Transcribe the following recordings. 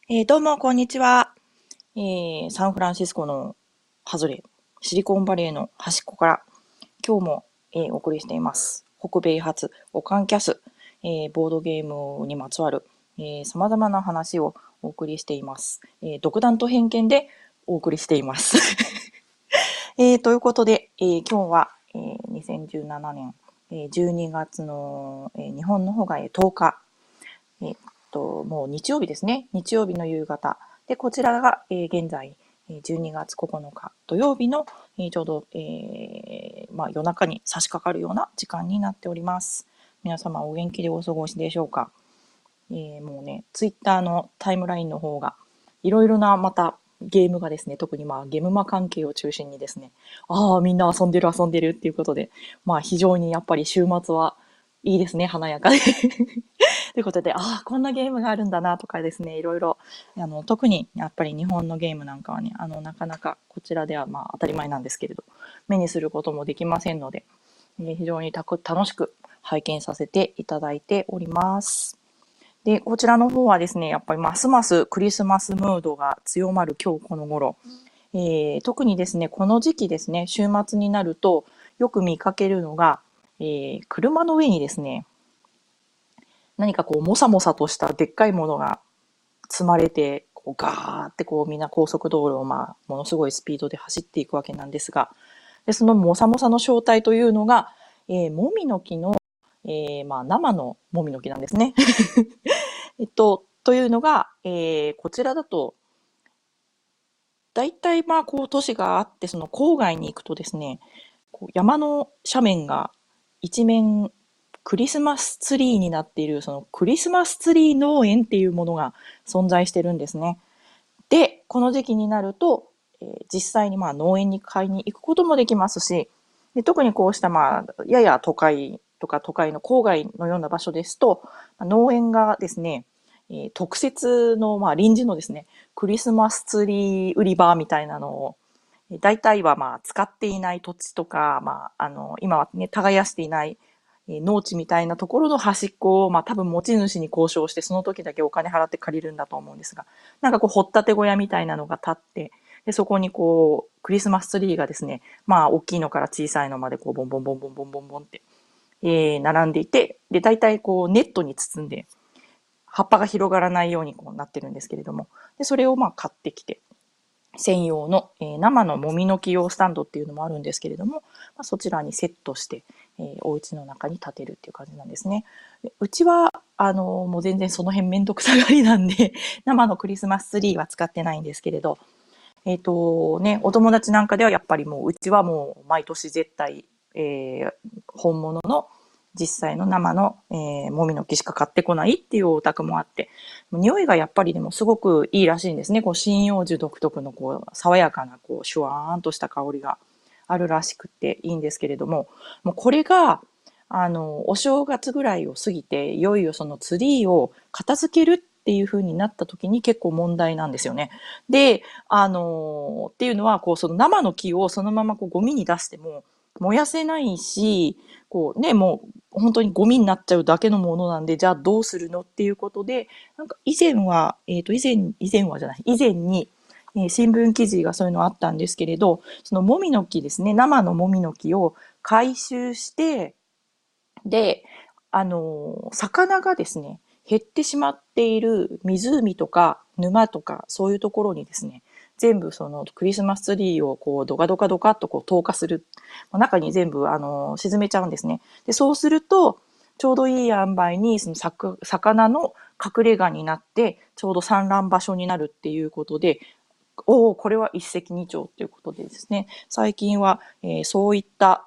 どうも、こんにちは。サンフランシスコの外れ、シリコンバレーの端っこから、今日も、お送りしています。北米発オカンキャス、ボードゲームにまつわる、様々な話をお送りしています。独断と偏見でお送りしています。ということで、今日は、2017年、12月の、日本の方が10日、もう日曜日ですね。日曜日の夕方。で、こちらが、現在、12月9日土曜日の、ちょうど、夜中に差し掛かるような時間になっております。皆様お元気でお過ごしでしょうか。もうね、ツイッターのタイムラインの方が、いろいろなまたゲームがですね、特にゲームマ関係を中心にですね、ああ、みんな遊んでる遊んでるっていうことで、非常にやっぱり週末はいいですね、華やかで。ということで、ああ、こんなゲームがあるんだなとかですね、いろいろ、特にやっぱり日本のゲームなんかはね、なかなかこちらでは当たり前なんですけれど、目にすることもできませんので、非常に楽しく拝見させていただいております。で、こちらの方はですね、やっぱりますますクリスマスムードが強まる今日この頃、特にですね、この時期ですね、週末になるとよく見かけるのが、車の上にですね、何かこう、もさもさとしたでっかいものが積まれて、こうガーってこうみんな高速道路をものすごいスピードで走っていくわけなんですが、で、そのもさもさの正体というのが、もみの木の、生のもみの木なんですね。というのが、こちらだと、大体こう都市があって、その郊外に行くとですね、こう山の斜面が一面クリスマスツリーになっている、そのクリスマスツリー農園っていうものが存在してるんですね。で、この時期になると、実際に農園に買いに行くこともできますし、で特にこうしたやや都会とか都会の郊外のような場所ですと、農園がですね、特設の臨時のですね、クリスマスツリー売り場みたいなのを、大体は使っていない土地とか、今はね、耕していない農地みたいなところの端っこを、多分持ち主に交渉して、その時だけお金払って借りるんだと思うんですが、なんかこう、掘ったて小屋みたいなのが立って、で、そこにこう、クリスマスツリーがですね、大きいのから小さいのまでこう、ボンボンボンボンボンボンボンって、並んでいて、で、大体こう、ネットに包んで、葉っぱが広がらないようにこうなってるんですけれども、で、それを買ってきて、専用の、生のもみの木用スタンドっていうのもあるんですけれども、そちらにセットして、お家の中に立てるっていう感じなんですね。でうちは、もう全然その辺めんどくさがりなんで、生のクリスマスツリーは使ってないんですけれど、お友達なんかではやっぱりもう、うちはもう毎年絶対、本物の実際の生の、もみの木しか買ってこないっていうお宅もあって、匂いがやっぱりでもすごくいいらしいんですね。こう針葉樹独特のこう爽やかなこうシュワーンとした香りがあるらしくていいんですけれども、もうこれが、お正月ぐらいを過ぎて、いよいよそのツリーを片付けるっていう風になった時に結構問題なんですよね。で、っていうのは、こう、その生の木をそのままこうゴミに出しても燃やせないし、こうね、もう本当にゴミになっちゃうだけのものなんで、じゃあどうするのっていうことで、なんか以前は、以前はじゃない、以前に、新聞記事がそういうのあったんですけれど、そのもみの木ですね、生のもみの木を回収して、で、魚がですね、減ってしまっている湖とか沼とかそういうところにですね、全部そのクリスマスツリーをこうドカドカドカっとこう投下する。中に全部沈めちゃうんですね。で、そうすると、ちょうどいい塩梅にその魚の隠れ家になって、ちょうど産卵場所になるっていうことで、おお、これは一石二鳥ということでですね、最近は、そういった、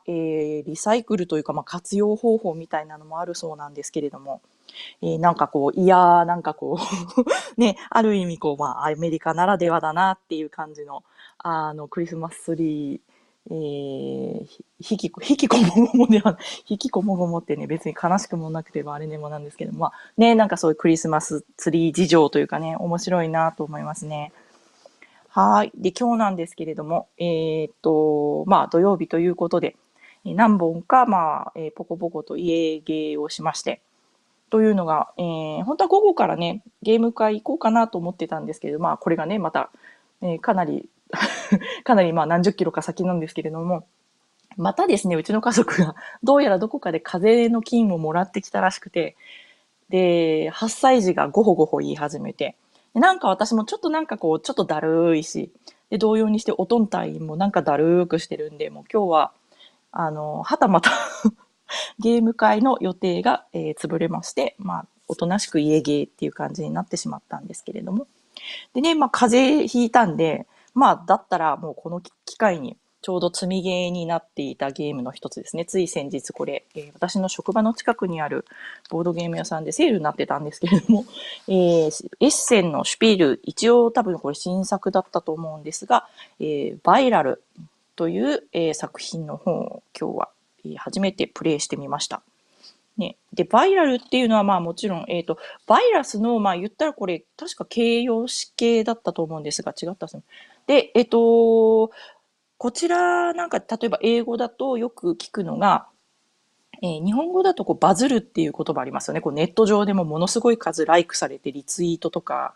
リサイクルというか、活用方法みたいなのもあるそうなんですけれども、なんかこう、なんかこうね、ある意味こう、アメリカならではだなっていう感じの、クリスマスツリー、ひきこもごもでは、ひきこもごもってね、別に悲しくもなくてもあれでもなんですけども、ね、なんかそういうクリスマスツリー事情というかね、面白いなと思いますね。はい。で、今日なんですけれども、土曜日ということで、何本か、ポコポコと家芸をしまして、 というのが、本当は午後からね、ゲーム会行こうかなと思ってたんですけど、まあこれがね、また、かなりかなりまあ何十キロか先なんですけれども、またですね、うちの家族がどうやらどこかで風邪の菌をもらってきたらしくて、で、8歳児がごほごほ言い始めて、でなんか私もちょっとなんかこう、ちょっとだるいし、で、同様にしておとんたいもなんかだるーくしてるんで、もう今日は、はたまたゲーム会の予定が、潰れまして、まあ、おとなしく家ゲーっていう感じになってしまったんですけれども。でね、まあ、風邪ひいたんで、まあ、だったらもうこの機会に、ちょうど積みゲーになっていたゲームの一つですね。つい先日これ、私の職場の近くにあるボードゲーム屋さんでセールになってたんですけれども、エッセンのシュピール、一応多分これ新作だったと思うんですが、バイラルという、作品の本を今日は、初めてプレイしてみました。ね。で、バイラルっていうのはまあもちろん、バイラスの、まあ言ったらこれ、確か形容詞形だったと思うんですが、違ったですね。で、こちらなんか、例えば英語だとよく聞くのが、日本語だとこうバズるっていう言葉ありますよね。こうネット上でもものすごい数ライクされてリツイートとか、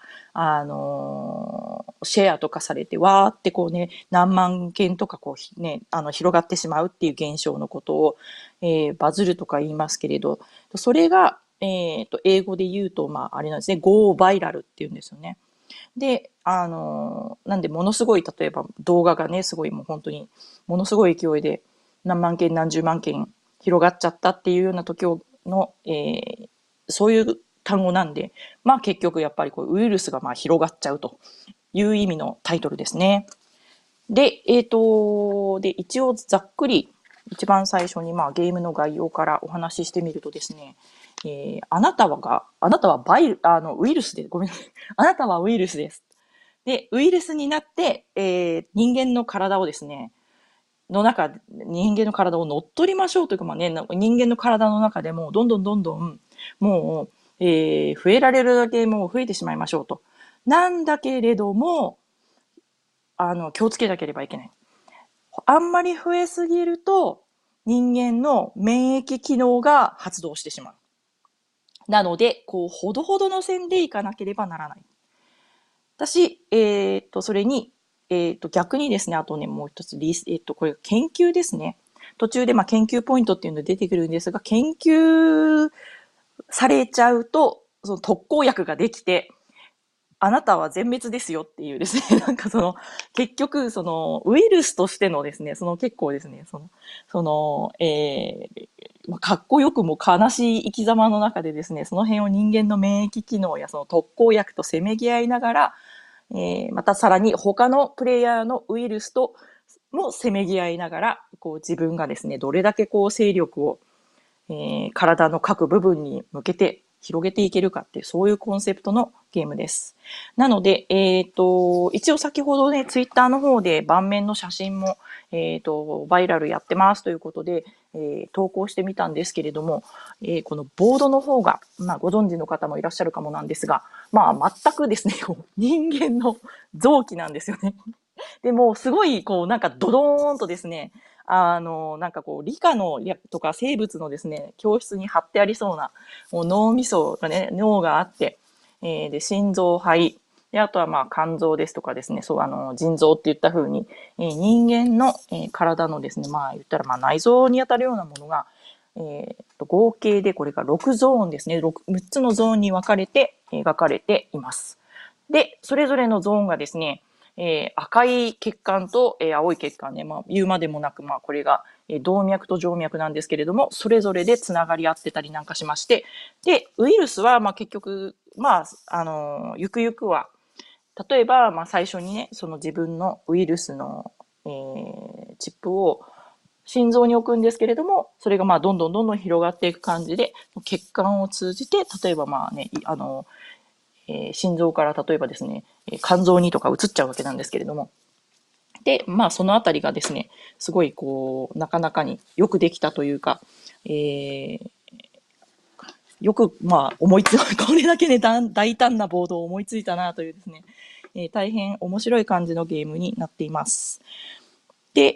シェアとかされて、わーってこうね、何万件とかこうね、広がってしまうっていう現象のことを、バズるとか言いますけれど、それが、英語で言うと、まあ、あれなんですね、go viral って言うんですよね。で、なんでものすごい、例えば動画がね、すごいもう本当に、ものすごい勢いで何万件何十万件広がっちゃったっていうような時の、そういう単語なんで、まあ結局やっぱりこうウイルスがまあ広がっちゃうという意味のタイトルですね。で、で、一応ざっくり一番最初にまあゲームの概要からお話ししてみるとですね、あなたはウイルスで、ごめんなさい。あなたはウイルスです。で、ウイルスになって、人間の体をですね、人間の体を乗っ取りましょうというか、まあね、人間の体の中でも、どんどんどんどん、もう、増えられるだけもう増えてしまいましょうと。なんだけれども、気をつけなければいけない。あんまり増えすぎると、人間の免疫機能が発動してしまう。なので、こう、ほどほどの線でいかなければならない。私、それに、逆にですね、あとね、もう一つこれ研究ですね。途中で、まあ、研究ポイントっていうのが出てくるんですが、研究されちゃうと、その特効薬ができて、あなたは全滅ですよっていうですね、なんか結局、ウイルスとしてのですね、結構ですね、かっこよくも悲しい生き様の中でですね、その辺を人間の免疫機能やその特効薬とせめぎ合いながら、またさらに他のプレイヤーのウイルスともせめぎ合いながら、こう自分がですね、どれだけこう勢力を、体の各部分に向けて広げていけるかっていう、そういうコンセプトのゲームです。なので、一応先ほどね、ツイッターの方で盤面の写真も、バイラルやってますということで、投稿してみたんですけれども、このボードの方が、まあ、ご存知の方もいらっしゃるかもなんですが、まあ、全くですね、人間の臓器なんですよね。でも、すごい、こう、なんかドドーンとですね、なんかこう、理科のとか生物のですね、教室に貼ってありそうな、もう脳みそがね、脳があって、で、心臓、肺、で、あとはまあ肝臓ですとかですね、そう、腎臓って言った風に、人間の、体のですね、まあ言ったらまあ内臓にあたるようなものが、合計でこれが6ゾーンですね、6つのゾーンに分かれて描かれています。で、それぞれのゾーンがですね、赤い血管と、青い血管ね、まあ、言うまでもなく、まあ、これが、動脈と静脈なんですけれども、それぞれでつながり合ってたりなんかしまして、で、ウイルスは、まあ、結局、まあ、ゆくゆくは、例えば、まあ、最初にね、その自分のウイルスの、チップを心臓に置くんですけれども、それがまあ、どんどんどんどん広がっていく感じで、血管を通じて、例えばまあね、心臓から例えばですね、肝臓にとか移っちゃうわけなんですけれども。で、まあそのあたりがですね、すごいこう、なかなかによくできたというか、えー、よく、まあ思いつ、これだけね、大胆なボードを思いついたなというですね、大変面白い感じのゲームになっています。で、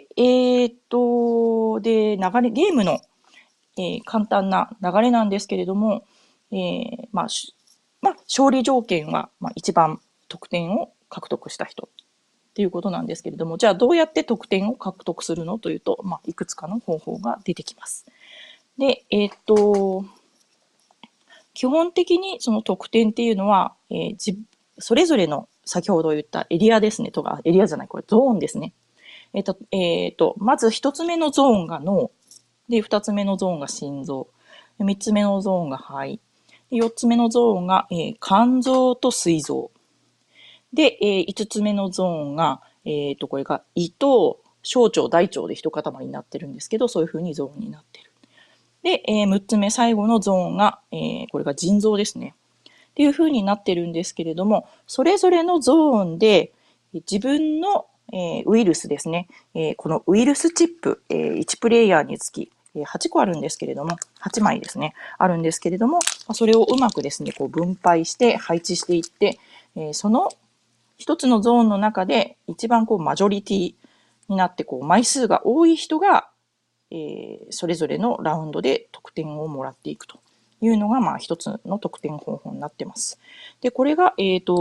で、ゲームの、簡単な流れなんですけれども、 勝利条件は、一番得点を獲得した人っていうことなんですけれども、じゃあどうやって得点を獲得するのというと、いくつかの方法が出てきます。で、基本的にその得点っていうのは、それぞれの先ほど言ったエリアですね、エリアじゃない、これゾーンですね。まず一つ目のゾーンが脳。で、二つ目のゾーンが心臓。三つ目のゾーンが肺。四つ目のゾーンが、肝臓と膵臓。で、五つ目のゾーンが、これが胃と小腸、大腸で一塊になってるんですけど、そういう風にゾーンになってる。で、6つ目、最後のゾーンが、これが腎臓ですね。っていう風になってるんですけれども、それぞれのゾーンで自分の、ウイルスですね、このウイルスチップ、1プレイヤーにつき8個あるんですけれども、8枚ですね、あるんですけれども、それをうまくですね、こう分配して配置していって、その一つのゾーンの中で一番こうマジョリティになってこう枚数が多い人が、それぞれのラウンドで得点をもらっていくというのが一つの得点方法になってます。で、これが、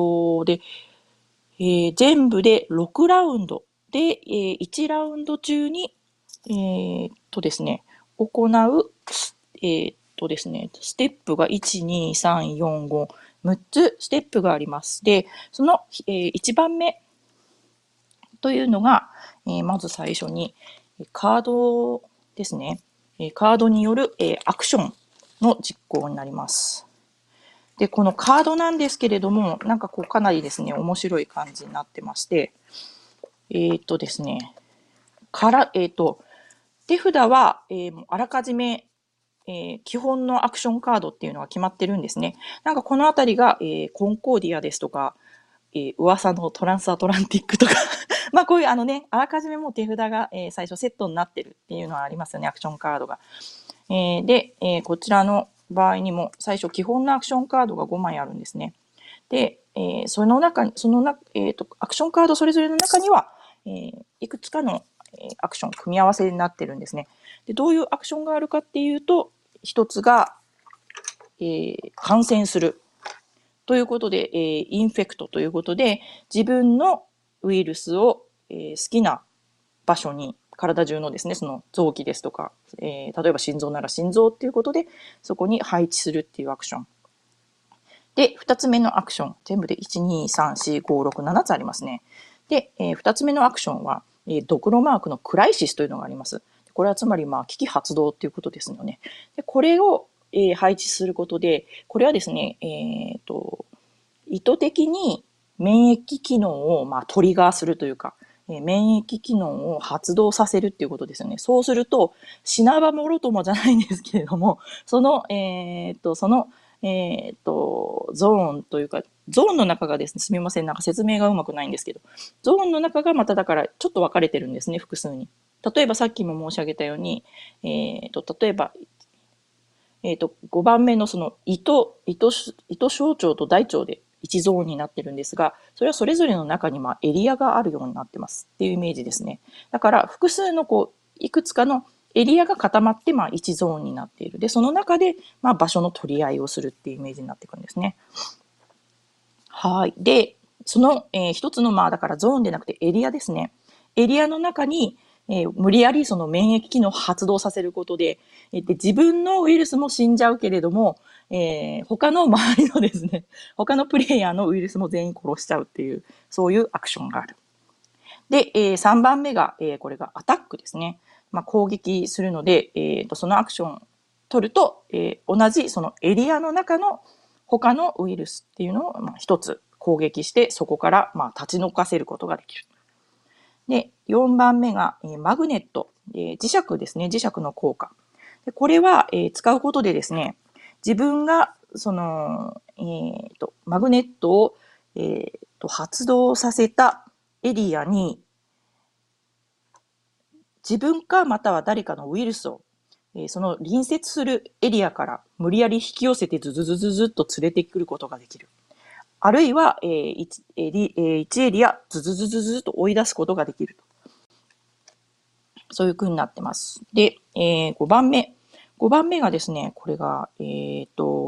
全部で6ラウンドで、1ラウンド中に、ですね、行う、ですね、ステップが1、2、3、4、5、6つステップがあります。で、その、1番目というのが、まず最初にカードですね。カードによる、アクションの実行になります。で、このカードなんですけれども、なんかこうかなりですね、面白い感じになってまして、ですね、手札は、あらかじめ、基本のアクションカードっていうのが決まってるんですね。なんかこのあたりが、コンコーディアですとか、噂のトランスアトランティックとかこういうあらかじめもう手札が、最初セットになってるっていうのはありますよね、アクションカードが。で、こちらの場合にも最初基本のアクションカードが5枚あるんですね。で、その中に、アクションカードそれぞれの中には、いくつかの、アクション、組み合わせになってるんですね。で、どういうアクションがあるかっていうと、一つが、感染する。ということで、インフェクトということで、自分のウイルスを、好きな場所に、体中のですね、その臓器ですとか、例えば心臓なら心臓っていうことで、そこに配置するっていうアクション。で、二つ目のアクション。全部で1、2、3、4、5、6、7つありますね。で、二つ目のアクションは、ドクロマークのクライシスというのがあります。これはつまり、危機発動っていうことですよね。で、これを、配置することで、これはですね、意図的に免疫機能を、トリガーするというか、免疫機能を発動させるっていうことですよね。そうすると、死なばもろともじゃないんですけれども、その、ゾーンというか、ゾーンの中がですね、すみません、なんか説明がうまくないんですけど、ゾーンの中がまただからちょっと分かれてるんですね、複数に。例えばさっきも申し上げたように、例えば、5番目のその糸小腸と大腸で1ゾーンになってるんですが、それはそれぞれの中にエリアがあるようになってますっていうイメージですね。だから複数のいくつかのエリアが固まって1ゾーンになっている。で、その中で場所の取り合いをするっていうイメージになっていくんですね。はい。で、その、一つのだからゾーンでなくてエリアですね。エリアの中に、無理やりその免疫機能を発動させることで、自分のウイルスも死んじゃうけれども、他の周りのですね、他のプレイヤーのウイルスも全員殺しちゃうっていう、そういうアクションがある。で、3番目が、これがアタックですね。攻撃するので、そのアクションを取ると、同じそのエリアの中の他のウイルスっていうのを一つ攻撃して、そこから立ち退かせることができる。で、4番目が、マグネット、磁石ですね。磁石の効果。でこれは、使うことでですね、自分がその、マグネットを、発動させたエリアに自分かまたは誰かのウイルスを、その隣接するエリアから無理やり引き寄せてズズズズズっと連れてくることができる。あるいは、1エリアズズズズズと追い出すことができると。そういう風になってます。で、5番目。5番目がですね、これが、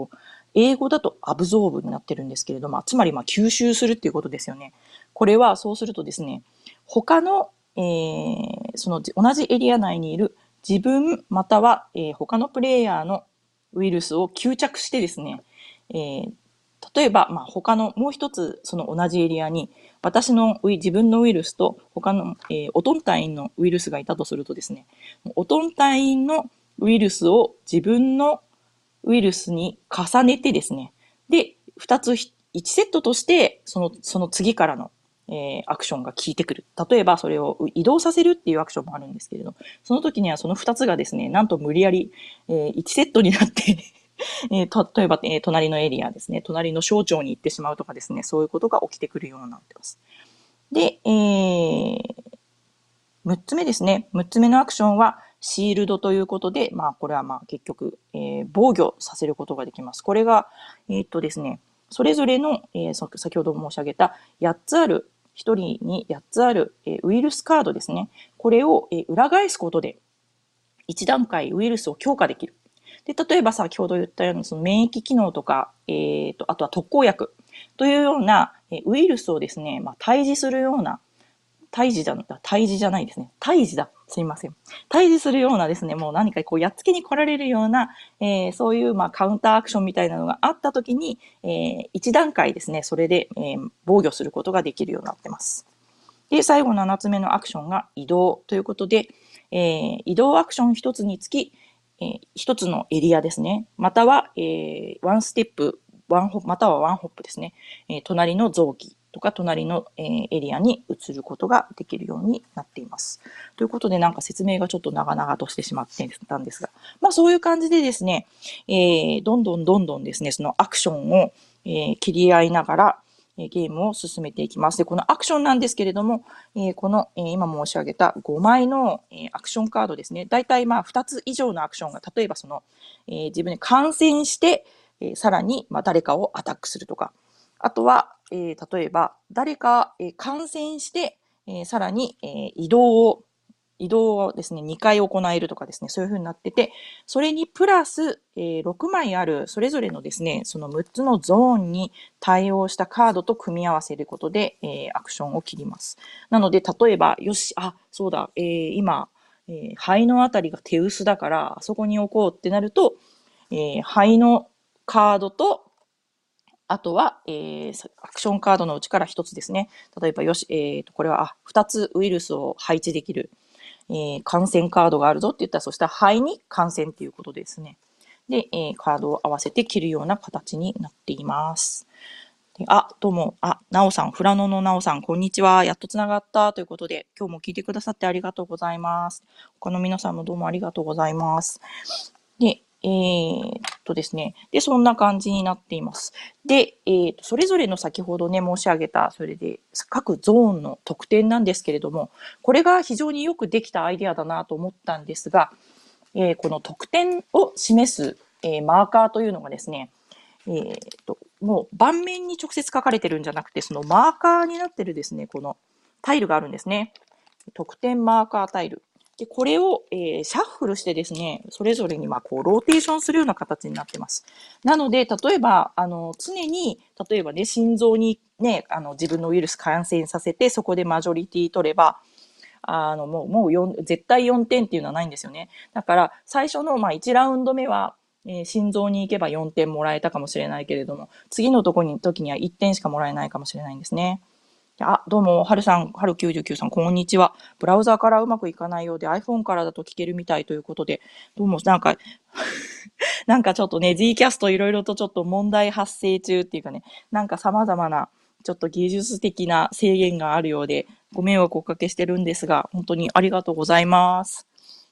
英語だとアブゾーブになってるんですけれども、つまり吸収するっていうことですよね。これはそうするとですね、他の、その同じエリア内にいる自分または、他のプレイヤーのウイルスを吸着してですね、例えば、他のもう一つその同じエリアに自分のウイルスと他の、オトンタインのウイルスがいたとするとですね、オトンタインのウイルスを自分のウイルスに重ねてですね、で、2つ、1セットとして、その次からの、アクションが効いてくる。例えば、それを移動させるっていうアクションもあるんですけれど、その時にはその2つがですね、なんと無理やり、1セットになって例えば、隣のエリアですね、隣の省庁に行ってしまうとかですね、そういうことが起きてくるようになってます。で、6つ目ですね。6つ目のアクションは、シールドということで、これは結局、防御させることができます。これが、ですね、それぞれの、先ほど申し上げた8つある、1人に8つある、ウイルスカードですね。これを、裏返すことで、1段階ウイルスを強化できる。で、例えば先ほど言ったように、その免疫機能とか、あとは特効薬というような、ウイルスをですね、退治するような、退治じゃないですね。退治だ。すいません。退治するようなですね、もう何かこうやっつけに来られるような、そういうカウンターアクションみたいなのがあったときに、一段階ですね、それで、防御することができるようになってます。で、最後7つ目のアクションが移動ということで、移動アクション1つにつき、1つのエリアですね。または、ワンステップ、またはワンホップですね。隣の臓器とか隣の、エリアに移ることができるようになっています。ということでなんか説明がちょっと長々としてしまってたんですが、そういう感じでですね、どんどんですね、そのアクションを、切り合いながら、ゲームを進めていきます。で、このアクションなんですけれども、この、今申し上げた5枚の、アクションカードですね。だいたい2つ以上のアクションが、例えばその、自分に感染して、さらに、誰かをアタックするとか、あとは、例えば誰か、感染して、さらに、移動をですね、2回行えるとかですね、そういう風になってて、それにプラス、6枚あるそれぞれのですね、その6つのゾーンに対応したカードと組み合わせることで、アクションを切ります。なので、例えば、よし、そうだ、今、肺のあたりが手薄だから、あそこに置こうってなると、肺のカードと、あとは、アクションカードのうちから1つですね。例えば、よし、これは、2つウイルスを配置できる。感染カードがあるぞって言ったら、そしたら肺に感染っていうことですね。で、カードを合わせて切るような形になっています。でどうも、なおさん、フラノのなおさん、こんにちは。やっとつながったということで、今日も聞いてくださってありがとうございます。他の皆さんもどうもありがとうございます。で、ですね。で、そんな感じになっています。で、それぞれの先ほどね、申し上げた、それで、各ゾーンの得点なんですけれども、これが非常によくできたアイデアだなと思ったんですが、この得点を示す、マーカーというのがですね、もう盤面に直接書かれてるんじゃなくて、そのマーカーになってるですね、このタイルがあるんですね。得点マーカータイル。で、これを、シャッフルしてですね、それぞれにこうローテーションするような形になってます。なので、例えば、常に、例えばね、心臓にね、自分のウイルス感染させて、そこでマジョリティ取れば、もう絶対4点っていうのはないんですよね。だから、最初の、1ラウンド目は、心臓に行けば4点もらえたかもしれないけれども、次の時には1点しかもらえないかもしれないんですね。どうも、はるさん、はる99さん、こんにちは。ブラウザーからうまくいかないようで iPhone からだと聞けるみたいということで、どうも、なんかちょっとね、G キャストいろいろとちょっと問題発生中っていうかね、なんか様々な、ちょっと技術的な制限があるようで、ご迷惑をおかけしてるんですが、本当にありがとうございます。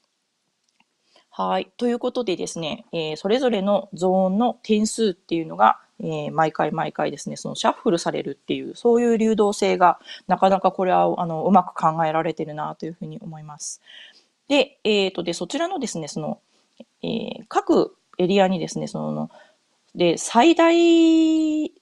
はい。ということでですね、それぞれのゾーンの点数っていうのが、毎回毎回ですね、そのシャッフルされるっていう、そういう流動性が、なかなかこれは、うまく考えられてるなというふうに思います。で、そちらのですね、各エリアにですね、最大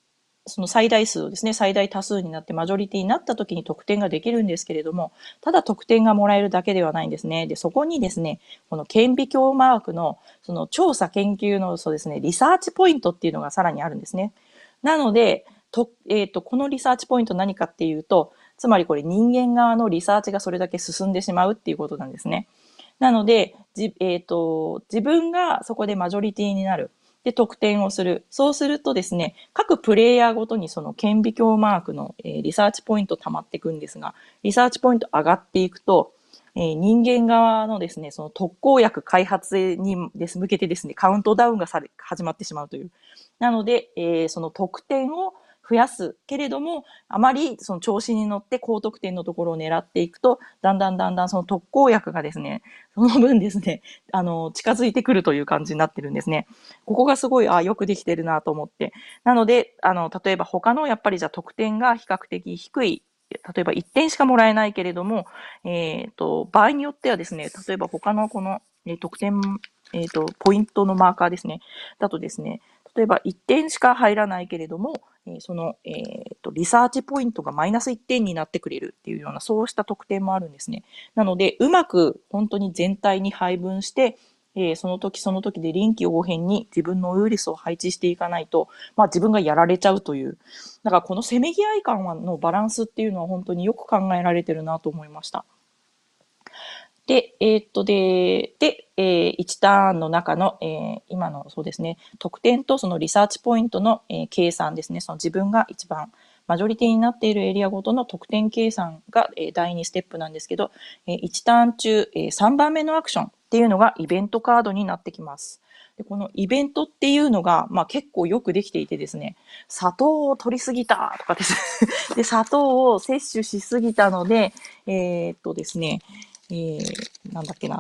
その最大数ですね、最大多数になってマジョリティになった時に得点ができるんですけれども、ただ得点がもらえるだけではないんですね。で、そこにですね、この顕微鏡マークの、その調査研究の、そうですね、リサーチポイントっていうのがさらにあるんですね。なので、このリサーチポイント何かっていうと、つまりこれ人間側のリサーチがそれだけ進んでしまうっていうことなんですね。なので、自分がそこでマジョリティになる。で、得点をする。そうするとですね、各プレイヤーごとにその顕微鏡マークの、リサーチポイント溜まっていくんですが、リサーチポイント上がっていくと、人間側のですね、その特効薬開発に向けてですね、カウントダウンが始まってしまうという。なので、その得点を増やすけれども、あまりその調子に乗って高得点のところを狙っていくと、だんだんその特効薬がですね、その分ですね、近づいてくるという感じになってるんですね。ここがすごい、よくできてるなと思って。なので、例えば他のやっぱりじゃあ得点が比較的低い、例えば1点しかもらえないけれども、場合によってはですね、例えば他のこの、得点、ポイントのマーカーですね。だとですね、例えば1点しか入らないけれども、その、リサーチポイントがマイナス1点になってくれるっていうような、そうした特典もあるんですね。なので、うまく本当に全体に配分して、その時その時で臨機応変に自分のウイルスを配置していかないと、まあ自分がやられちゃうという。だからこのせめぎ合い感のバランスっていうのは本当によく考えられてるなと思いました。で、1ターンの中の、今のそうですね、得点とそのリサーチポイントの、計算ですね、その自分が一番マジョリティになっているエリアごとの得点計算が、第2ステップなんですけど、1ターン中、3番目のアクションっていうのがイベントカードになってきます。でこのイベントっていうのが、まあ、結構よくできていてですね、砂糖を取りすぎたとかです。で、砂糖を摂取しすぎたので、ですね、なんだっけな、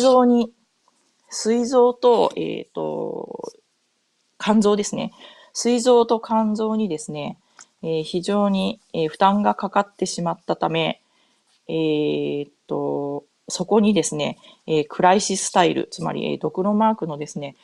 膵臓と、肝臓ですね。膵臓と肝臓にですね、非常に、負担がかかってしまったため、そこにですね、クライシスタイル、つまり、ドクロマークのですね、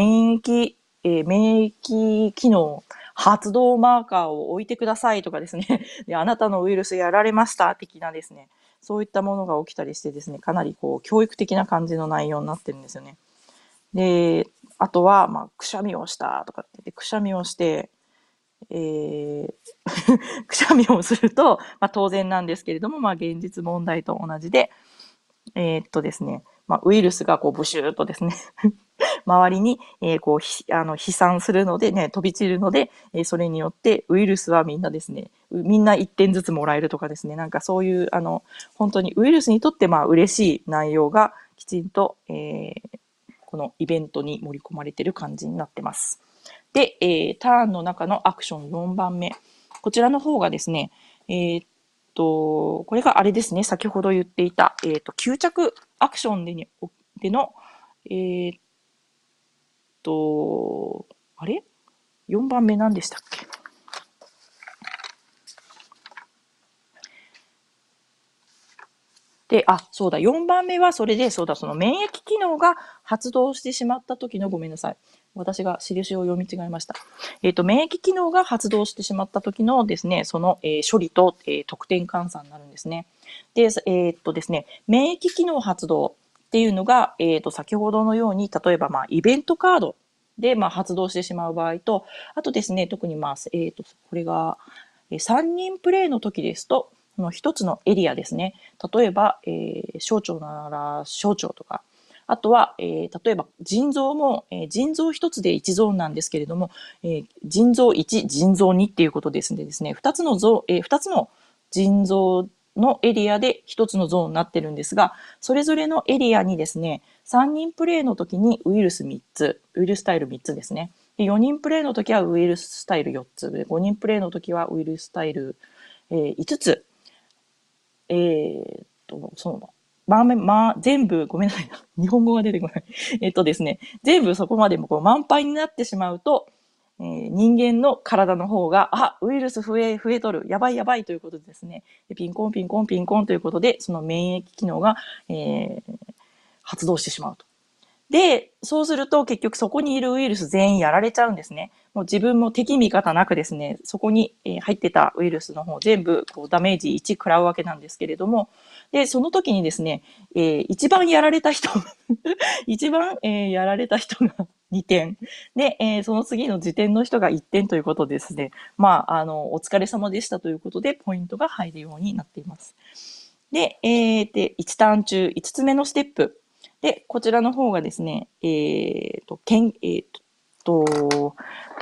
免疫機能発動マーカーを置いてくださいとかですね、で、あなたのウイルスやられました的なですね、そういったものが起きたりしてですね、かなりこう、教育的な感じの内容になってるんですよね。で、あとは、まあ、くしゃみをしたとかって言って、くしゃみをして、えーくしゃみをすると、まあ、当然なんですけれども、まあ、現実問題と同じで、ですね、まあ、ウイルスがこうブシューとですね周りに、こう飛散するのでね、飛び散るので、それによってウイルスはみんなですね、みんな1点ずつもらえるとかですね、なんかそういう、本当にウイルスにとってまあ嬉しい内容がきちんと、このイベントに盛り込まれている感じになってます。で、ターンの中のアクション4番目。こちらの方がですね、これがあれですね、先ほど言っていた、吸着アクションでの、えーっあれ ?4 番目何でしたっけ？で、そうだ、4番目はそれで、そうだ、その免疫機能が発動してしまった時の、ごめんなさい。私が印を読み違いました。免疫機能が発動してしまった時のですね、その、処理と、得点換算になるんですね。で、ですね、免疫機能発動っていうのが、先ほどのように、例えば、まあ、イベントカードで、まあ、発動してしまう場合と、あとですね、特に、まあ、これが、3人プレイの時ですと、この一つのエリアですね。例えば、小腸なら小腸とか、あとは、例えば腎臓も、腎臓一つで1ゾーンなんですけれども、腎臓1、腎臓2っていうことですのでですね、2つの腎臓のエリアで一つのゾーンになってるんですが、それぞれのエリアにですね、3人プレイの時にウイルス3つ、ウイルスタイル3つですね。で4人プレイの時はウイルススタイル4つ、で5人プレイの時はウイルススタイル、5つ、その、全部、ごめんなさい。日本語が出てこない。ですね、全部そこまでもこう満杯になってしまうと、人間の体の方が、ウイルス増えとる。やばいやばいということでですね、ピンコンピンコンピンコンということで、その免疫機能が、発動してしまうと。 で、そうすると結局そこにいるウイルス全員やられちゃうんですね。もう自分も敵味方なくですね、そこに入ってたウイルスの方全部こうダメージ1食らうわけなんですけれども、で、その時にですね、一番やられた人一番、やられた人が2点。で、その次の時点の人が1点ということですね。まあ、お疲れ様でしたということで、ポイントが入るようになっています。で、1ターン中5つ目のステップ。で、こちらの方がですね、こ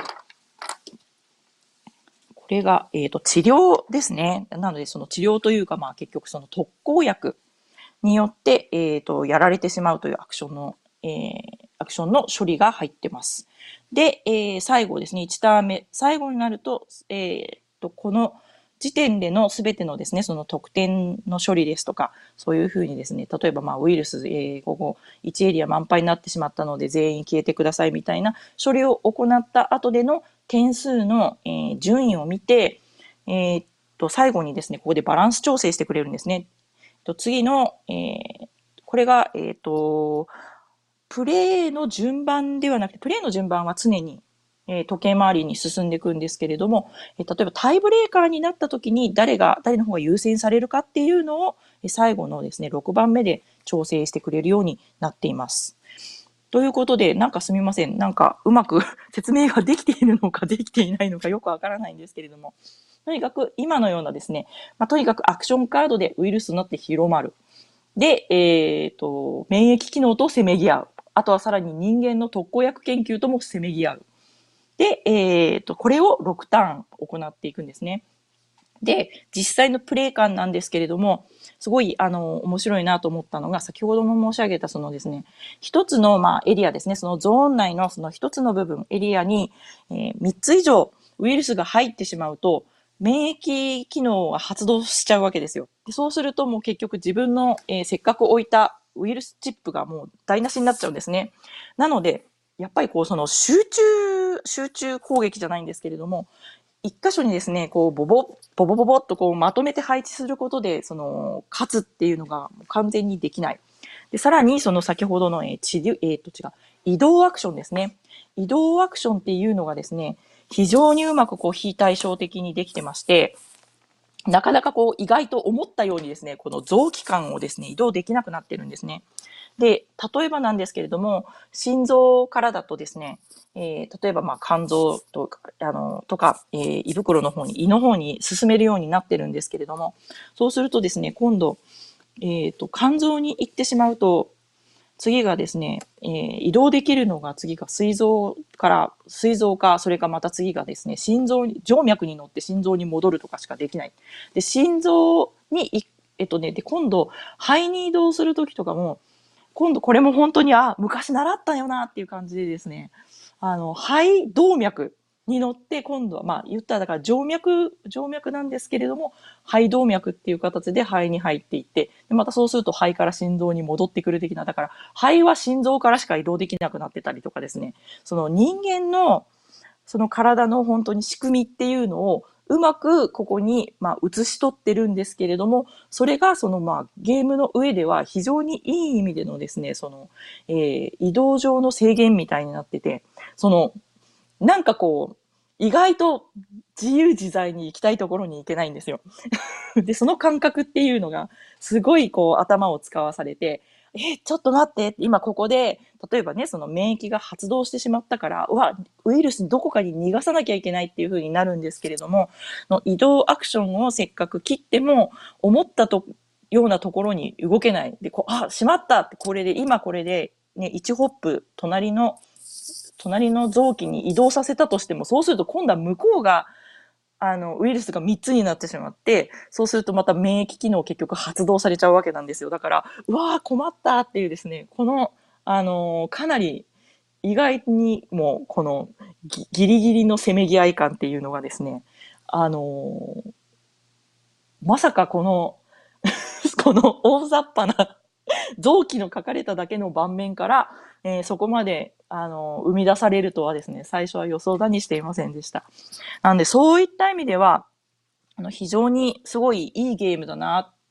れが、治療ですね。なので、その治療というか、まあ結局その特効薬によって、やられてしまうというアクションの処理が入ってます。で、最後ですね、1ターン目、最後になると、この時点でのすべてのですね、その得点の処理ですとか、そういうふうにですね、例えばまあウイルス、ここ1エリア満杯になってしまったので全員消えてくださいみたいな処理を行った後での点数の、順位を見て、最後にですね、ここでバランス調整してくれるんですね。次の、これが、プレーの順番ではなくて、プレーの順番は常に、時計回りに進んでいくんですけれども、例えばタイブレーカーになった時に誰の方が優先されるかっていうのを、最後のですね、6番目で調整してくれるようになっています。ということで、なんかすみません。なんかうまく説明ができているのかできていないのかよくわからないんですけれども、とにかく今のようなですね、とにかくアクションカードでウイルスになって広まる。で、免疫機能とせめぎ合う。あとはさらに人間の特効薬研究ともせめぎ合う。で、これを6ターン行っていくんですね。で、実際のプレイ感なんですけれども、すごい、面白いなと思ったのが、先ほども申し上げた、そのですね、一つの、エリアですね、そのゾーン内のその一つの部分、エリアに、3つ以上ウイルスが入ってしまうと、免疫機能が発動しちゃうわけですよ。でそうするともう結局自分の、せっかく置いたウイルスチップがもう台無しになっちゃうんですね。なので、やっぱりこうその集中攻撃じゃないんですけれども、一箇所にですね、こう、ボボっとこう、まとめて配置することで、その、勝つっていうのが完全にできない。で、さらに、その先ほどの、移動アクションですね。移動アクションっていうのがですね、非常にうまくこう、非対称的にできてまして、なかなかこう、意外と思ったようにですね、この臓器間をですね、移動できなくなってるんですね。で、例えばなんですけれども、心臓からだとですね、例えば肝臓とか、胃袋の方に、胃の方に進めるようになってるんですけれども、そうするとですね、今度、肝臓に行ってしまうと、次がですね、移動できるのが次が膵臓か、それかまた次がですね、静脈に乗って心臓に戻るとかしかできない。で、心臓に、で、今度、肺に移動するときとかも、今度これも本当に、昔習ったよなっていう感じでですね、肺動脈に乗って、今度は、言ったらだから静脈なんですけれども、肺動脈っていう形で肺に入っていって、でまたそうすると肺から心臓に戻ってくる的な、だから肺は心臓からしか移動できなくなってたりとかですね、その人間のその体の本当に仕組みっていうのをうまくここに映し取ってるんですけれども、それがそのゲームの上では非常にいい意味でのですね、その、移動上の制限みたいになってて、その、なんかこう、意外と自由自在に行きたいところに行けないんですよ。で、その感覚っていうのが、すごいこう頭を使わされて、ちょっと待って、今ここで、例えばね、その免疫が発動してしまったから、ウイルスどこかに逃がさなきゃいけないっていう風になるんですけれども、の移動アクションをせっかく切っても、思ったようなところに動けない。で、しまったって、今これで、ね、1ホップ、隣の臓器に移動させたとしても、そうすると今度は向こうが、ウイルスが3つになってしまって、そうするとまた免疫機能結局発動されちゃうわけなんですよ。だから、困ったっていうですね、この、かなり意外にも、このギリギリのせめぎ合い感っていうのがですね、あのまさかこのこの大雑把な臓器の書かれただけの盤面から、そこまで、生み出されるとはですね、最初は予想だにしていませんでした。なんで、そういった意味では、非常にすごいいいゲームだな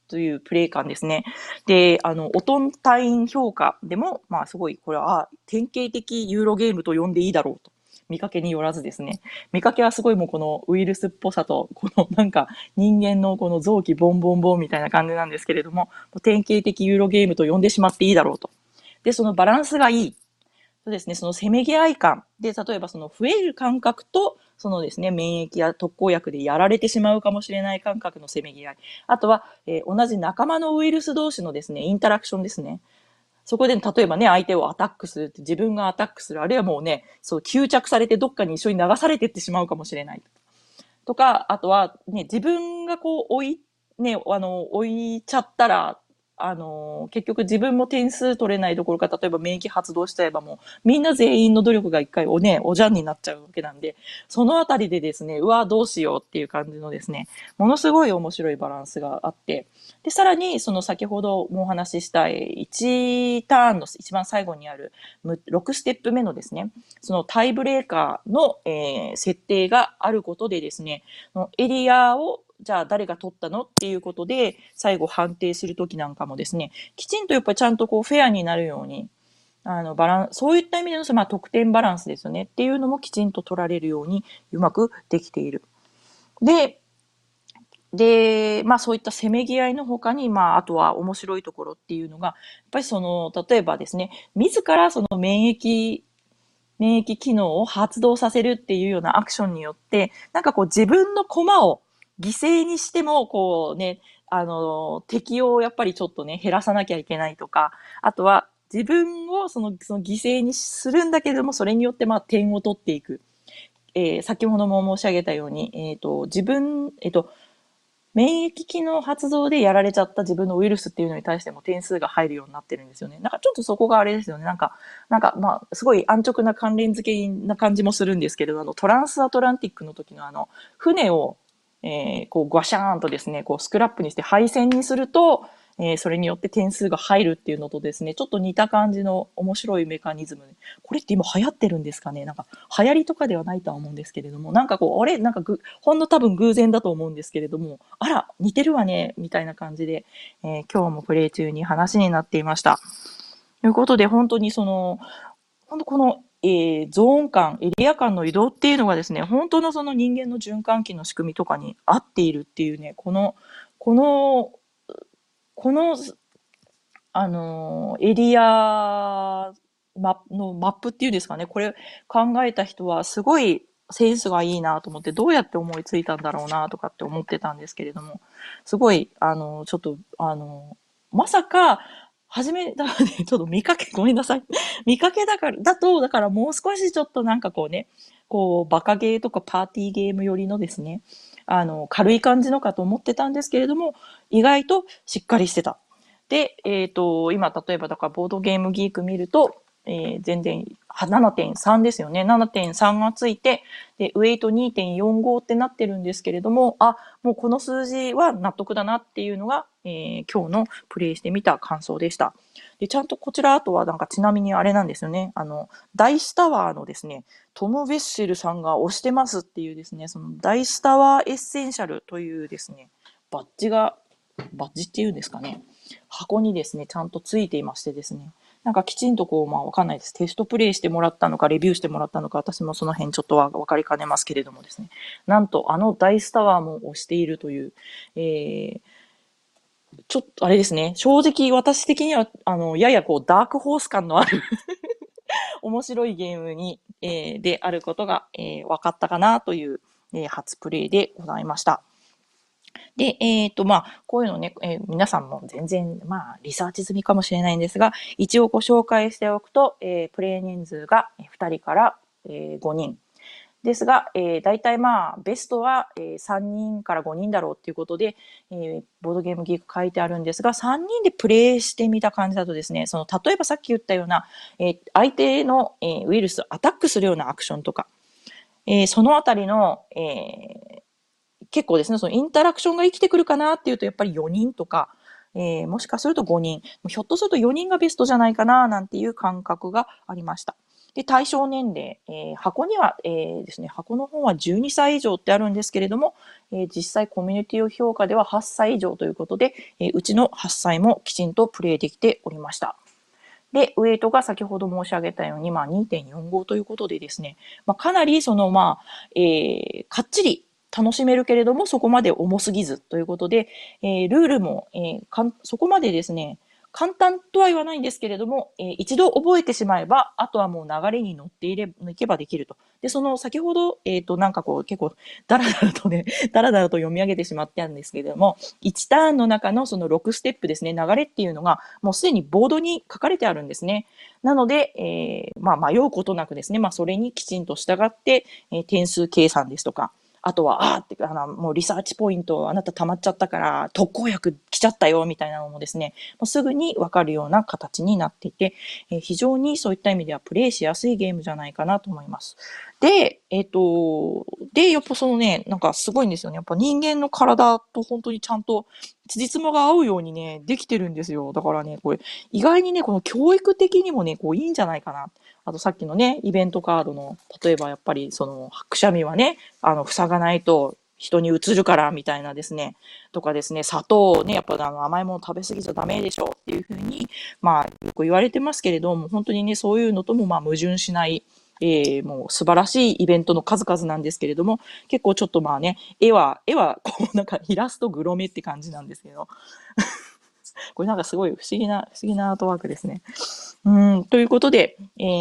というプレイ感ですね。で、オトンタイン評価でも、まあすごい、これは、典型的ユーロゲームと呼んでいいだろうと。見かけによらずですね。見かけはすごいもうこのウイルスっぽさと、このなんか人間のこの臓器ボンボンボンみたいな感じなんですけれども、典型的ユーロゲームと呼んでしまっていいだろうと。で、そのバランスがいい。そうですね、そのせめぎ合い感で、例えばその増える感覚と、そのですね、免疫や特効薬でやられてしまうかもしれない感覚のせめぎ合い。あとは、同じ仲間のウイルス同士のですね、インタラクションですね。そこで、例えばね、相手をアタックするって、自分がアタックする、あるいはもうね、そう、吸着されてどっかに一緒に流されていってしまうかもしれない。とか、あとは、ね、自分がこう、置いちゃったら、結局自分も点数取れないどころか、例えば免疫発動しちゃえばもう、みんな全員の努力が一回おじゃんになっちゃうわけなんで、そのあたりでですね、うわ、どうしようっていう感じのですね、ものすごい面白いバランスがあって、で、さらに、その先ほどもお話しした1ターンの一番最後にある6ステップ目のですね、そのタイブレーカーの、設定があることでですね、エリアをじゃあ誰が取ったのっていうことで最後判定するときなんかもですね、きちんとやっぱりちゃんとこうフェアになるように、そういった意味での、まあ、得点バランスですよねっていうのもきちんと取られるようにうまくできている。で、まあそういったせめぎ合いの他に、まああとは面白いところっていうのが、やっぱりその、例えばですね、自らその免疫機能を発動させるっていうようなアクションによって、なんかこう自分の駒を犠牲にしても、こうね、敵をやっぱりちょっとね、減らさなきゃいけないとか、あとは自分をその犠牲にするんだけれども、それによってまあ点を取っていく。先ほども申し上げたように、免疫機能発動でやられちゃった自分のウイルスっていうのに対しても点数が入るようになってるんですよね。なんかちょっとそこがあれですよね。まあ、すごい安直な関連付けな感じもするんですけれど、トランスアトランティックの時の船を、こう、ガシャーンとですね、こう、スクラップにして配線にすると、それによって点数が入るっていうのとですね、ちょっと似た感じの面白いメカニズム。これって今流行ってるんですかね。なんか流行りとかではないとは思うんですけれども、なんかこう、ほんの多分偶然だと思うんですけれども、あら、似てるわね、みたいな感じで、今日もプレイ中に話になっていました。ということで、本当に本当この、ゾーン間、エリア間の移動っていうのがですね、本当のその人間の循環器の仕組みとかに合っているっていうね、この、この、エリアのマップっていうんですかね、これ考えた人はすごいセンスがいいなと思って、どうやって思いついたんだろうなとかって思ってたんですけれども、すごい、ちょっと、まさか、だからね、ちょっとごめんなさい。見かけだからもう少しちょっとなんかこうね、こう、バカゲーとかパーティーゲーム寄りのですね、軽い感じのかと思ってたんですけれども、意外としっかりしてた。で、今、例えば、だから、ボードゲームギーク見ると、全然、7.3 ですよね。7.3 がついて、で、ウェイト 2.45 ってなってるんですけれども、もうこの数字は納得だなっていうのが、今日のプレイしてみた感想でした。で、ちゃんとこちら、あとはなんかちなみにあれなんですよね。ダイスタワーのですね、トム・ベッシェルさんが推してますっていうですね、そのダイスタワーエッセンシャルというですね、バッジっていうんですかね。箱にですね、ちゃんとついていましてですね。なんかきちんとこう、まあわかんないです。テストプレイしてもらったのか、レビューしてもらったのか、私もその辺ちょっとわかりかねますけれどもですね。なんと、ダイスタワーも押しているという、ちょっとあれですね。正直私的には、ややこう、ダークホース感のある面白いゲームであることが、分かったかなという、初プレイでございました。で、まあ、こういうのね、皆さんも全然、まあ、リサーチ済みかもしれないんですが、一応ご紹介しておくと、プレイ人数が2人から、5人。ですが、大体まあ、ベストは、3人から5人だろうっていうことで、ボードゲームギーク書いてあるんですが、3人でプレイしてみた感じだとですね、例えばさっき言ったような、相手の、ウイルスをアタックするようなアクションとか、そのあたりの、結構ですね、そのインタラクションが生きてくるかなっていうと、やっぱり4人とか、もしかすると5人、ひょっとすると4人がベストじゃないかな、なんていう感覚がありました。で、対象年齢、箱には、ですね、箱の方は12歳以上ってあるんですけれども、 実際コミュニティ評価では8歳以上ということで、うちの8歳もきちんとプレイできておりました。で、ウェイトが先ほど申し上げたように、2.45 ということでですね、かなりかっちり楽しめるけれども、そこまで重すぎずということで、ルールも、そこまでですね、簡単とは言わないんですけれども、一度覚えてしまえば、あとはもう流れに乗っていけばできると。で、先ほど、結構、だらだらとね、だらだらと読み上げてしまったんですけれども、1ターンの中のその6ステップですね、流れっていうのが、もうすでにボードに書かれてあるんですね。なので、迷うことなくですね、それにきちんと従って、点数計算ですとか、あとは、もうリサーチポイントあなた溜まっちゃったから、特効薬来ちゃったよ、みたいなのもですね、もうすぐにわかるような形になっていて、非常にそういった意味ではプレイしやすいゲームじゃないかなと思います。で、やっぱそのね、なんかすごいんですよね。やっぱ人間の体と本当にちゃんと辻褄が合うようにね、できてるんですよ。だからね、これ、意外にね、この教育的にもね、いいんじゃないかな。あとさっきのね、イベントカードの、例えばやっぱりくしゃみはね、塞がないと人にうつるからみたいなですね、とかですね、砂糖をね、やっぱ甘いもの食べ過ぎちゃダメでしょっていうふうに、よく言われてますけれども、本当にね、そういうのとも矛盾しない、もう素晴らしいイベントの数々なんですけれども、結構ちょっと絵はなんかイラストグロめって感じなんですけど、これなんかすごい不思議なアートワークですね。ということで、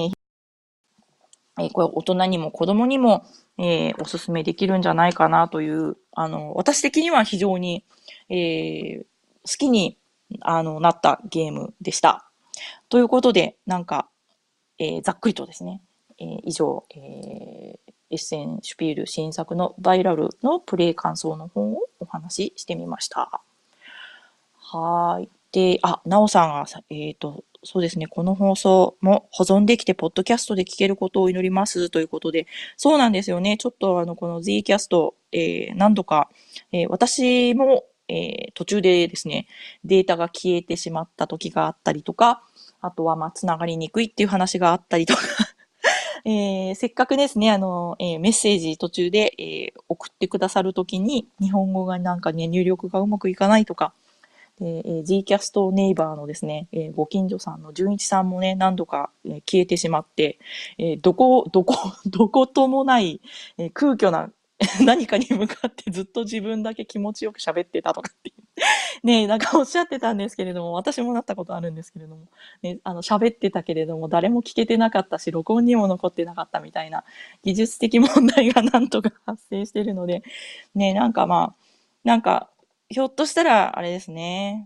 これ大人にも子供にも、おすすめできるんじゃないかなという、私的には非常に、好きに、なったゲームでした。ということで、ざっくりとですね、以上、エッセンシュピール新作のバイラルのプレイ感想の方をお話ししてみました。はい。で、なおさんがそうですね、この放送も保存できて、ポッドキャストで聞けることを祈りますということで、そうなんですよね。ちょっとこの Z キャスト、何度か、私も、途中でですね、データが消えてしまった時があったりとか、あとは、つながりにくいっていう話があったりとか、せっかくですね、メッセージ途中で、送ってくださるときに、日本語がなんかね、入力がうまくいかないとか、G キャストネイバーのですね、ご近所さんの純一さんもね、何度か、消えてしまって、どこともない、空虚な何かに向かってずっと自分だけ気持ちよく喋ってたとかってね、なんかおっしゃってたんですけれども、私もなったことあるんですけれども、ね、喋ってたけれども、誰も聞けてなかったし、録音にも残ってなかったみたいな、技術的問題がなんとか発生しているので、ね、なんか、ひょっとしたら、あれですね、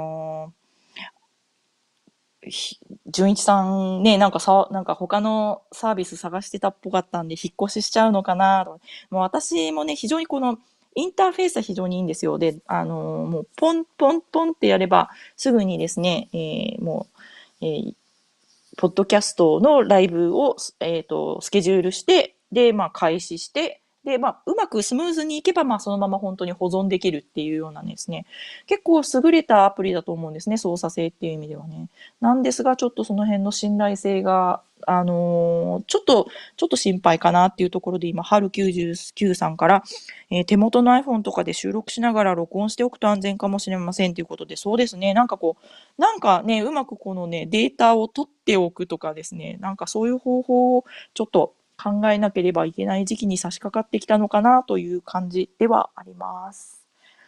純一さんね、なんか他のサービス探してたっぽかったんで、引っ越ししちゃうのかなと。もう私もね、非常にこの、インターフェースは非常にいいんですよ。で、もう、ポンポンポンってやれば、すぐにですね、ポッドキャストのライブを、スケジュールして、で、開始して、で、うまくスムーズにいけば、そのまま本当に保存できるっていうようなですね、結構優れたアプリだと思うんですね、操作性っていう意味ではね。なんですが、ちょっとその辺の信頼性が、ちょっと心配かなっていうところで、今、春99さんから、手元の iPhone とかで収録しながら録音しておくと安全かもしれませんということで、そうですね、なんかね、うまくこのね、データを取っておくとかですね、なんかそういう方法をちょっと考えなければいけない時期に差し掛かってきたのかなという感じではあります。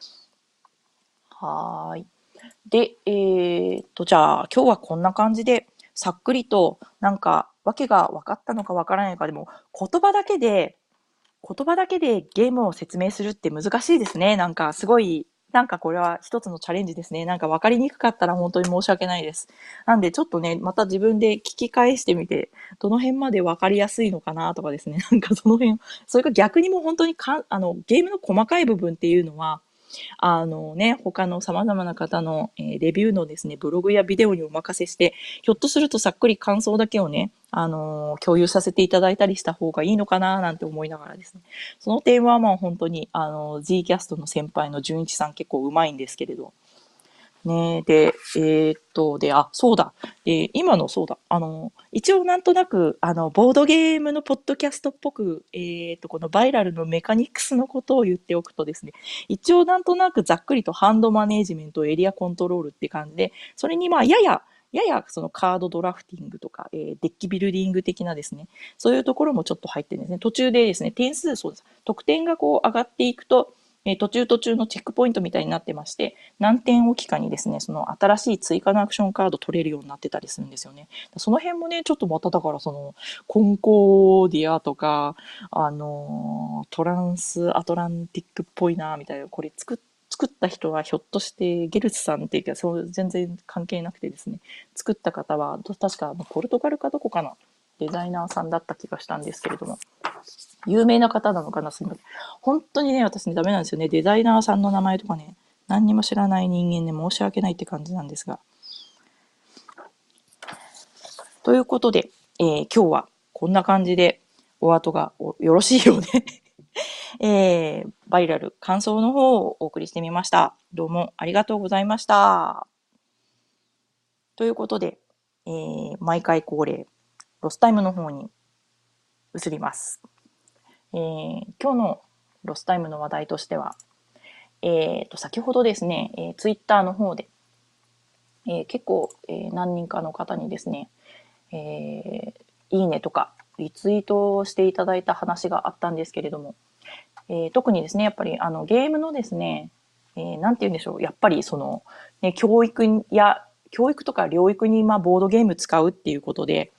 はい。で、じゃあ今日はこんな感じで、さっくりとなんかわけが分かったのか分からないのかでも、言葉だけでゲームを説明するって難しいですね。なんかすごい、なんかこれは一つのチャレンジですね。なんか分かりにくかったら本当に申し訳ないです。なんでちょっとね、また自分で聞き返してみて、どの辺まで分かりやすいのかなとかですね。なんかその辺、それか逆にもう本当にゲームの細かい部分っていうのは、他の様々な方の、レビューのですね、ブログやビデオにお任せして、ひょっとするとさっくり感想だけをね、共有させていただいたりした方がいいのかななんて思いながらですね。その点は本当に、G キャストの先輩の純一さん結構うまいんですけれど。 ねで、そうだ。今のそうだ。一応なんとなく、ボードゲームのポッドキャストっぽく、このバイラルのメカニクスのことを言っておくとですね、一応なんとなくざっくりとハンドマネージメント、エリアコントロールって感じで、それにまあ、ややそのカードドラフティングとか、デッキビルディング的なですね、そういうところもちょっと入ってるんですね。途中でですね、そうです。得点がこう上がっていくと、途中のチェックポイントみたいになってまして、何点おきかにですね、その新しい追加のアクションカード取れるようになってたりするんですよね。その辺もね、ちょっとまただからその、コンコーディアとか、トランスアトランティックっぽいな、みたいな、これ作った人はひょっとしてゲルツさんっていうか、そう全然関係なくてですね、作った方は確かポルトガルかどこかのデザイナーさんだった気がしたんですけれども、有名な方なのかな、すみません。本当にね、私ね、ダメなんですよね。デザイナーさんの名前とかね、何にも知らない人間ね、申し訳ないって感じなんですが。ということで、今日はこんな感じでお後がよろしいようでバイラル感想の方をお送りしてみました。どうもありがとうございました。ということで、毎回恒例、ロスタイムの方に移ります。今日のロスタイムの話題としては、先ほどですね、ツイッターの方で、結構、何人かの方にですね、いいねとかリツイートをしていただいた話があったんですけれども、特にですね、やっぱりゲームのですね、なんて言うんでしょう、やっぱりその、ね、教育とか療育にボードゲーム使うっていうことで、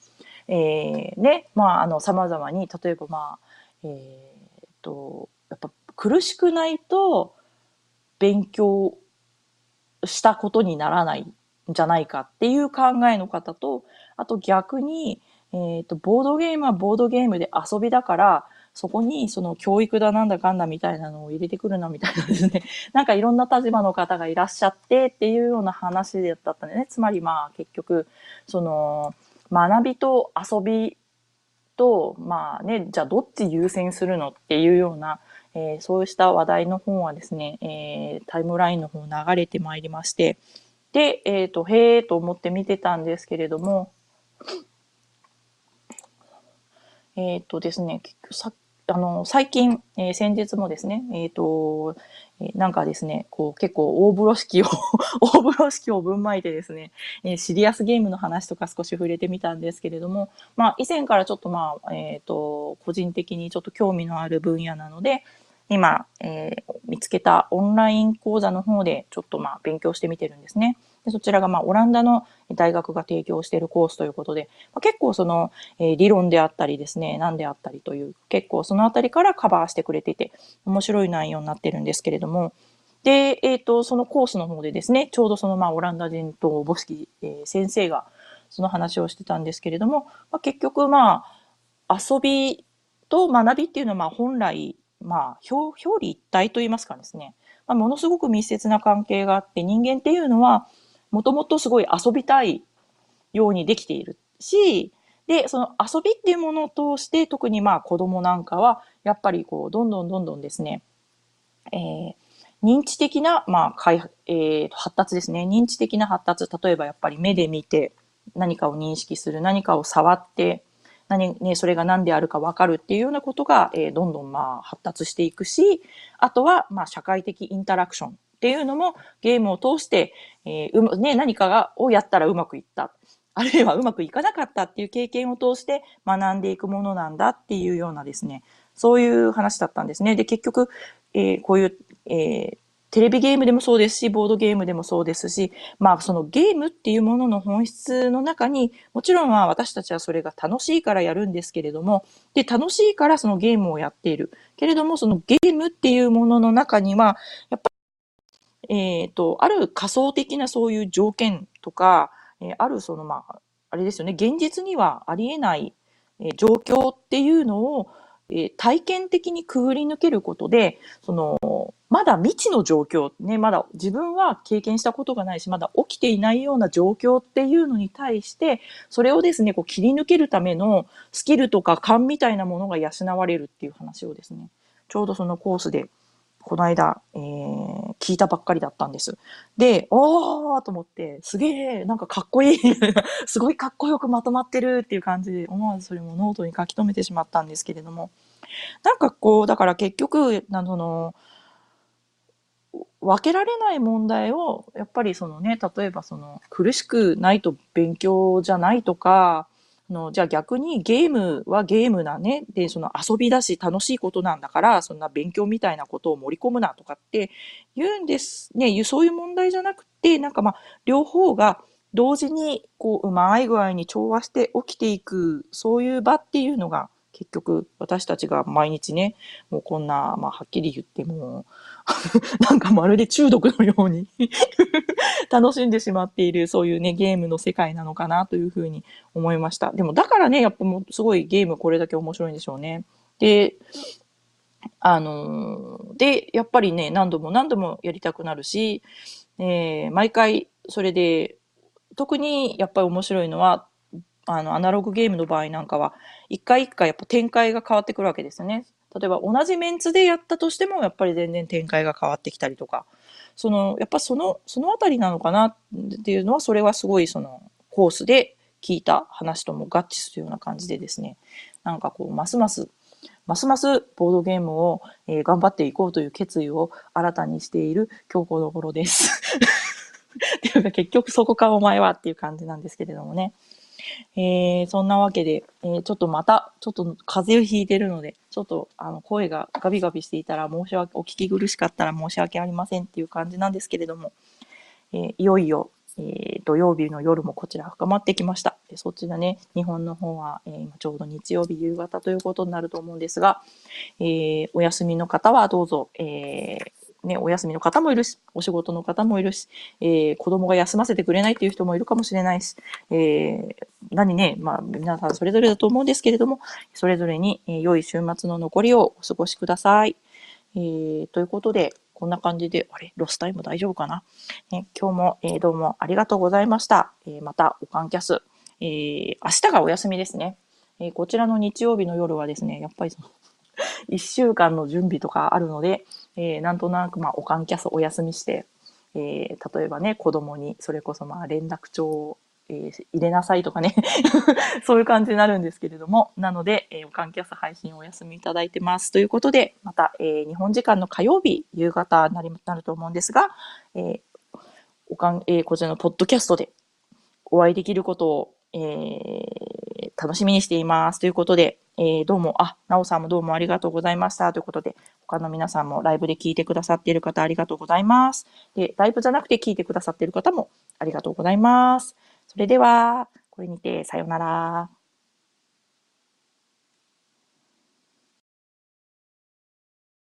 様々に、例えばやっぱ苦しくないと勉強したことにならないんじゃないかっていう考えの方と、あと逆に、ボードゲームはボードゲームで遊びだから、そこにその教育だなんだかんだみたいなのを入れてくるなみたいなですね。なんかいろんな立場の方がいらっしゃってっていうような話だったんでね。つまり結局、その学びと遊びと、じゃあどっち優先するのっていうような、そうした話題の方はですね、タイムラインの方流れてまいりまして、で、へーと思って見てたんですけれども、ですね、結局最近、先日もですね、なんかですね、こう結構大風呂敷を大風呂敷をぶんまいてですね、シリアスゲームの話とか少し触れてみたんですけれども、以前からちょっと個人的にちょっと興味のある分野なので、今、見つけたオンライン講座の方でちょっと勉強してみてるんですね。でそちらがオランダの大学が提供しているコースということで、結構その、理論であったりですね、何であったりという、結構そのあたりからカバーしてくれていて、面白い内容になってるんですけれども、で、そのコースの方でですね、ちょうどそのオランダ人とボスキ、先生がその話をしてたんですけれども、結局遊びと学びっていうのは本来、表裏一体と言いますかですね、ものすごく密接な関係があって、人間っていうのは、もともとすごい遊びたいようにできているし、で、その遊びっていうものを通して、特に子供なんかは、やっぱりこう、どんどんですね、えー認知的な、発達ですね。認知的な発達。例えばやっぱり目で見て何かを認識する、何かを触って、それが何であるか分かるっていうようなことが、どんどん発達していくし、あとは社会的インタラクションっていうのもゲームを通して、何かをやったらうまくいった。あるいはうまくいかなかったっていう経験を通して学んでいくものなんだっていうようなですね、そういう話だったんですね。で、結局、こういう、テレビゲームでもそうですし、ボードゲームでもそうですし、そのゲームっていうものの本質の中に、もちろん私たちはそれが楽しいからやるんですけれども、で、楽しいからそのゲームをやっている。けれども、そのゲームっていうものの中には、やっぱある仮想的なそういう条件とか、あるそのあれですよね、現実にはありえない、状況っていうのを、体験的にくぐり抜けることで、その、まだ未知の状況、ね、まだ自分は経験したことがないし、まだ起きていないような状況っていうのに対して、それをですね、こう切り抜けるためのスキルとか勘みたいなものが養われるっていう話をですね、ちょうどそのコースでこの間、聞いたばっかりだったんです。で、おーと思って、すげえ、なんかかっこいいすごいかっこよくまとまってるっていう感じで、思わずそれもノートに書き留めてしまったんですけれども、なんかこう、だから結局、分けられない問題を、やっぱりそのね、例えばその苦しくないと勉強じゃないとか、じゃあ逆にゲームはゲームなね、で、その遊びだし楽しいことなんだから、そんな勉強みたいなことを盛り込むなとかって言うんですね。そういう問題じゃなくて、なんかまあ、両方が同時にこう、うまい具合に調和して起きていく、そういう場っていうのが、結局私たちが毎日ね、もうこんな、まあはっきり言っても、なんかまるで中毒のように楽しんでしまっている、そういうね、ゲームの世界なのかなというふうに思いました。でもだからね、やっぱもうすごいゲームこれだけ面白いんでしょうね。で、やっぱりね、何度も何度もやりたくなるし、毎回それで、特にやっぱり面白いのは、アナログゲームの場合なんかは、一回一回やっぱ展開が変わってくるわけですよね。例えば同じメンツでやったとしても、やっぱり全然展開が変わってきたりとか、やっぱそのあたりなのかなっていうのは、それはすごいそのコースで聞いた話とも合致するような感じでですね、なんかこう、ますますボードゲームを、頑張っていこうという決意を新たにしている今日この頃です。っていうか結局そこかお前はっていう感じなんですけれどもね。そんなわけで、ちょっとまた、ちょっと風邪をひいてるので、ちょっと声がガビガビしていたら申し訳、お聞き苦しかったら申し訳ありませんっていう感じなんですけれども、いよいよ、土曜日の夜もこちら深まってきました。そっちのね、日本の方は、今ちょうど日曜日夕方ということになると思うんですが、お休みの方はどうぞ、ね、お休みの方もいるし、お仕事の方もいるし、子供が休ませてくれないっていう人もいるかもしれないし、何ね、まあ皆さんそれぞれだと思うんですけれども、それぞれに、良い週末の残りをお過ごしください。ということで、こんな感じで、あれ、ロスタイム大丈夫かな、今日も、どうもありがとうございました。また、おかんキャス、明日がお休みですね。こちらの日曜日の夜はですね、やっぱりその1週間の準備とかあるので、なんとなく、まあ、おかんキャスお休みして、例えばね、子供にそれこそまあ連絡帳を、入れなさいとかねそういう感じになるんですけれども、なので、おかんキャス配信をお休みいただいてますということで、また、日本時間の火曜日夕方になると思うんですが、こちらのポッドキャストでお会いできることを、楽しみにしていますということで、どうも、なおさんもどうもありがとうございましたということで、他の皆さんもライブで聞いてくださっている方ありがとうございます。で、ライブじゃなくて聞いてくださっている方もありがとうございます。それでは、これにてさようなら。